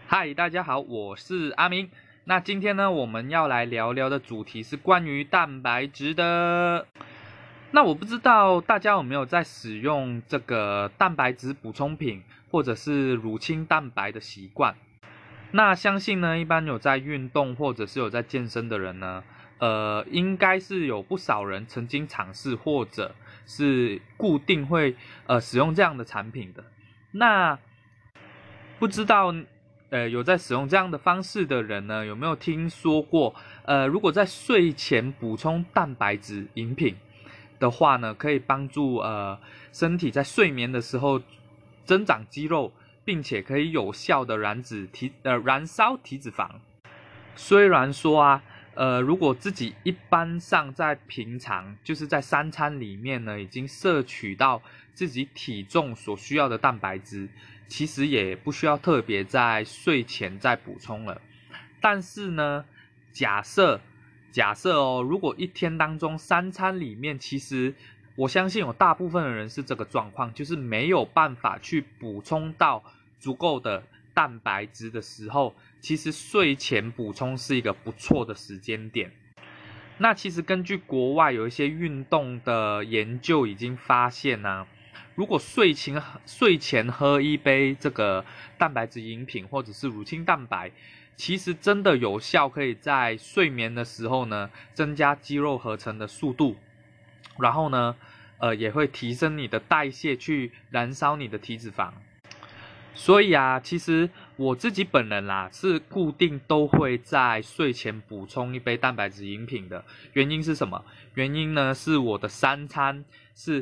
嗨，大家好，我是阿明。那今天呢，我们要来聊聊的主题是关于蛋白质的。那我不知道大家有没有在使用这个蛋白质补充品或者是乳清蛋白的习惯？那相信呢，一般有在运动或者是有在健身的人呢，应该是有不少人曾经尝试或者是固定会使用这样的产品的。那不知道有在使用这样的方式的人呢，有没有听说过如果在睡前补充蛋白质饮品的话呢，可以帮助身体在睡眠的时候增长肌肉，并且可以有效的燃烧体脂肪。虽然说如果自己一般上在平常就是在三餐里面呢，已经摄取到自己体重所需要的蛋白质，其实也不需要特别在睡前再补充了。但是呢，假设如果一天当中三餐里面，其实我相信有大部分的人是这个状况，就是没有办法去补充到足够的蛋白质的时候，其实睡前补充是一个不错的时间点。那其实根据国外有一些运动的研究已经发现如果睡前喝一杯这个蛋白质饮品或者是乳清蛋白，其实真的有效，可以在睡眠的时候呢增加肌肉合成的速度，然后呢也会提升你的代谢，去燃烧你的体脂肪。所以其实我自己本人是固定都会在睡前补充一杯蛋白质饮品的。原因是什么？原因呢是我的三餐是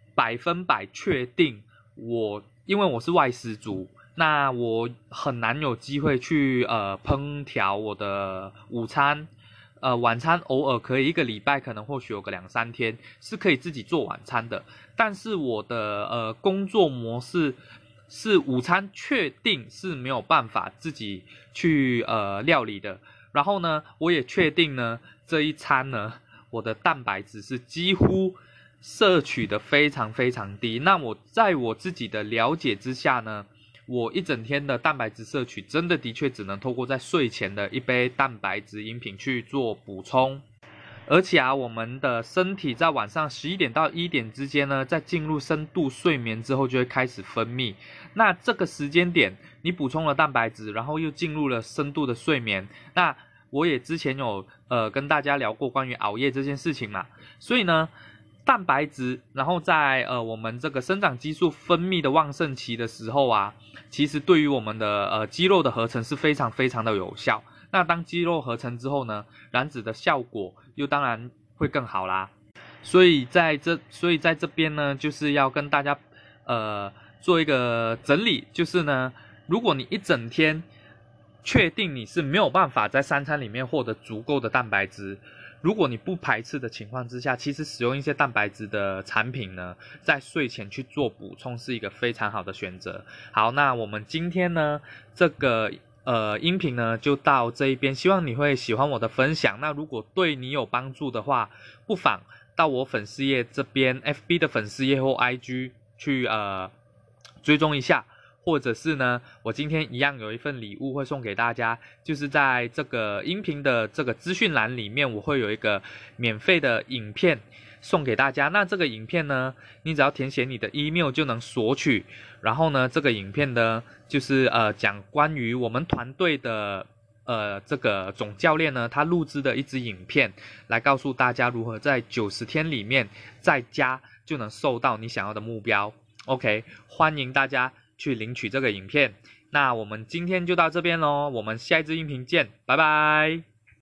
100%确定因为我是外食族，那我很难有机会去烹调我的午餐。晚餐偶尔可以，一个礼拜可能或许有个2-3天是可以自己做晚餐的。但是我的工作模式是午餐确定是没有办法自己去料理的。然后呢，我也确定呢这一餐呢我的蛋白质是几乎摄取的非常非常低。那我在我自己的了解之下呢，我一整天的蛋白质摄取真的的确只能透过在睡前的一杯蛋白质饮品去做补充。而且我们的身体在晚上11点到1点之间呢，在进入深度睡眠之后就会开始分泌。那这个时间点你补充了蛋白质，然后又进入了深度的睡眠。那我也之前有跟大家聊过关于熬夜这件事情嘛，所以呢蛋白质然后在我们这个生长激素分泌的旺盛期的时候其实对于我们的肌肉的合成是非常非常的有效。那当肌肉合成之后呢，燃脂的效果又当然会更好啦。所以在这边呢，就是要跟大家做一个整理，就是呢，如果你一整天确定你是没有办法在三餐里面获得足够的蛋白质，如果你不排斥的情况之下，其实使用一些蛋白质的产品呢，在睡前去做补充是一个非常好的选择。好，那我们今天呢这个音频呢就到这一边，希望你会喜欢我的分享。那如果对你有帮助的话，不妨到我粉丝页这边 FB 的粉丝页或 IG 去追踪一下，或者是呢我今天一样有一份礼物会送给大家，就是在这个音频的这个资讯栏里面，我会有一个免费的影片送给大家。那这个影片呢，你只要填写你的 email 就能索取。然后呢，这个影片呢，就是讲关于我们团队的这个总教练呢，他录制的一支影片，来告诉大家如何在90天里面在家就能瘦到你想要的目标。OK， 欢迎大家去领取这个影片。那我们今天就到这边咯，我们下一支音频见，拜拜。